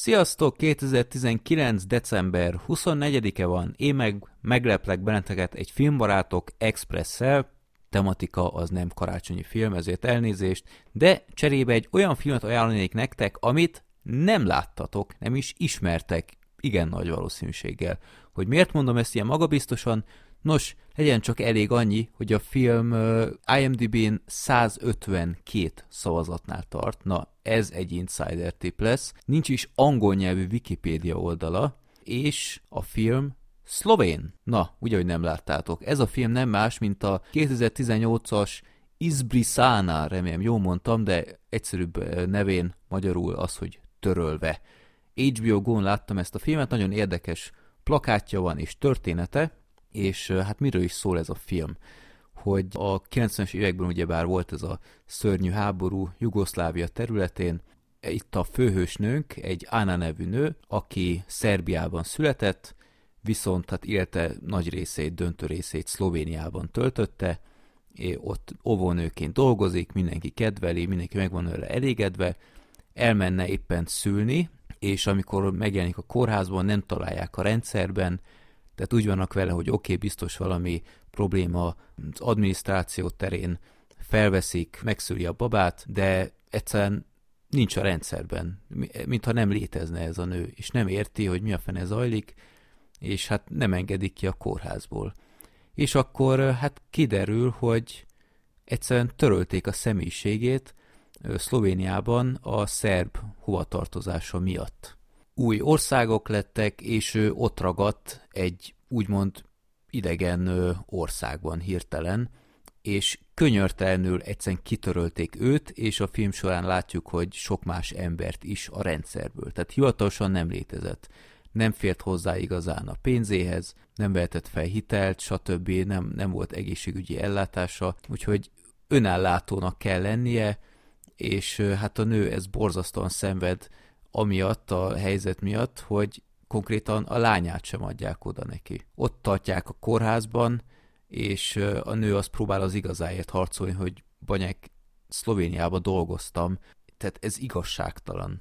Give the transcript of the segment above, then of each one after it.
Sziasztok! 2019. december 24-e van, én megleplek benneteket egy Filmbarátok Expresszel, tematika az nem karácsonyi film, ezért elnézést, de cserébe egy olyan filmet ajánlanék nektek, amit nem láttatok, nem is ismertek, igen nagy valószínűséggel. Hogy miért mondom ezt ilyen magabiztosan? Nos, legyen csak elég annyi, hogy a film IMDb-n 152 szavazatnál tart. Na, ez egy insider tip lesz. Nincs is angol nyelvű Wikipédia oldala, és a film szlovén. Na, úgy, hogy nem láttátok. Ez a film nem más, mint a 2018-as Izbrisana, remélem jól mondtam, de egyszerűbb nevén magyarul az, hogy Törölve. HBO Go-n láttam ezt a filmet, nagyon érdekes plakátja van és története, és hát miről is szól ez a film? Hogy a 90-es években ugyebár volt ez a szörnyű háború Jugoszlávia területén, itt a főhősnőnk egy Anna nevű nő, aki Szerbiában született, viszont hát élete nagy részét, döntő részét Szlovéniában töltötte, ott óvónőként dolgozik, mindenki kedveli, mindenki meg van őre elégedve, elmenne éppen szülni, és amikor megjelenik a kórházban, nem találják a rendszerben, tehát úgy vannak vele, hogy oké, biztos valami probléma az adminisztráció terén, felveszik, megszüli a babát, de egyszerűen nincs a rendszerben, mintha nem létezne ez a nő, és nem érti, hogy mi a fene zajlik, és hát nem engedik ki a kórházból. És akkor hát kiderül, hogy egyszerűen törölték a személyiségét Szlovéniában a szerb hovatartozása miatt. Új országok lettek, és ő ott ragadt egy úgymond idegen országban hirtelen, és könyörtelenül egyszerűen kitörölték őt, és a film során látjuk, hogy sok más embert is a rendszerből. Tehát hivatalosan nem létezett. Nem fért hozzá igazán a pénzéhez, nem vehetett fel hitelt, stb. Nem volt egészségügyi ellátása, úgyhogy önellátónak kell lennie, és hát a nő ez borzasztóan szenved amiatt a helyzet miatt, hogy konkrétan a lányát sem adják oda neki. Ott tartják a kórházban, és a nő azt próbál az igazáért harcolni, hogy banyek, Szlovéniában dolgoztam, tehát ez igazságtalan.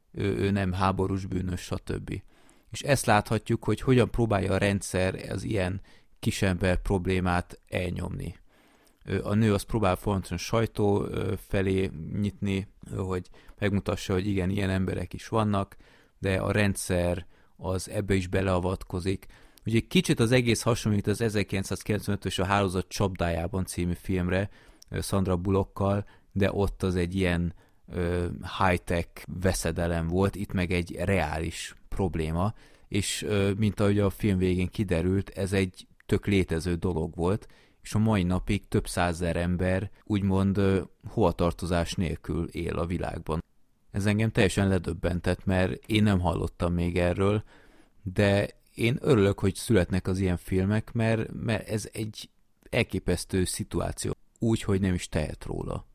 Ő nem háborús bűnös, stb. És ezt láthatjuk, hogy hogyan próbálja a rendszer az ilyen kisember problémát elnyomni. A nő azt próbál fontosan sajtó felé nyitni, hogy megmutassa, hogy igen, ilyen emberek is vannak, de a rendszer az ebbe is beleavatkozik. Ugye kicsit az egész hasonlít az 1995-ös A Hálózat csapdájában című filmre, Sandra Bullockkal, de ott az egy ilyen high-tech veszedelem volt, itt meg egy reális probléma, és mint ahogy a film végén kiderült, ez egy tök létező dolog volt, és a mai napig több százezer ember úgymond hovatartozás nélkül él a világban. Ez engem teljesen ledöbbentett, mert én nem hallottam még erről, de én örülök, hogy születnek az ilyen filmek, mert ez egy elképesztő szituáció, úgy, hogy nem is tehet róla.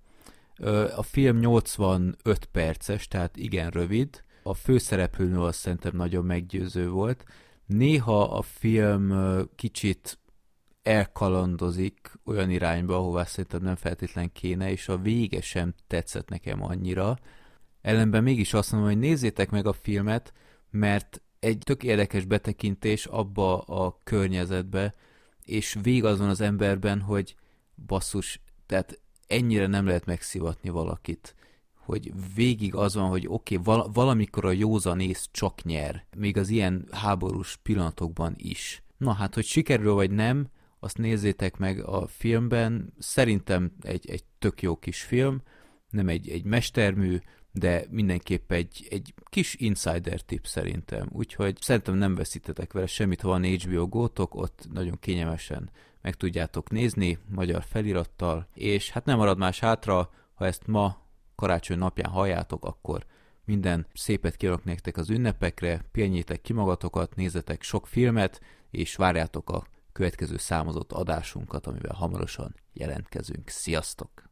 A film 85 perces, tehát igen rövid, a főszereplőnő azt szerintem nagyon meggyőző volt. Néha a film kicsit elkalandozik olyan irányba, ahová szerintem nem feltétlen kéne, és a vége sem tetszett nekem annyira. Ellenben mégis azt mondom, hogy nézzétek meg a filmet, mert egy tök érdekes betekintés abba a környezetbe, és vég az van az emberben, hogy basszus, tehát ennyire nem lehet megszivatni valakit, hogy végig az van, hogy oké, valamikor a józanész csak nyer, még az ilyen háborús pillanatokban is. Na hát, hogy sikerül vagy nem, azt nézzétek meg a filmben, szerintem egy tök jó kis film, nem egy mestermű, de mindenképp egy kis insider tip szerintem, úgyhogy szerintem nem veszítetek vele semmit, ha van HBO Go-tok, ott nagyon kényelmesen meg tudjátok nézni, magyar felirattal, és hát nem marad más hátra, ha ezt ma karácsony napján halljátok, akkor minden szépet kívánok nektek az ünnepekre, pihenjétek ki magatokat, nézzetek sok filmet, és várjátok a következő számozott adásunkat, amivel hamarosan jelentkezünk. Sziasztok!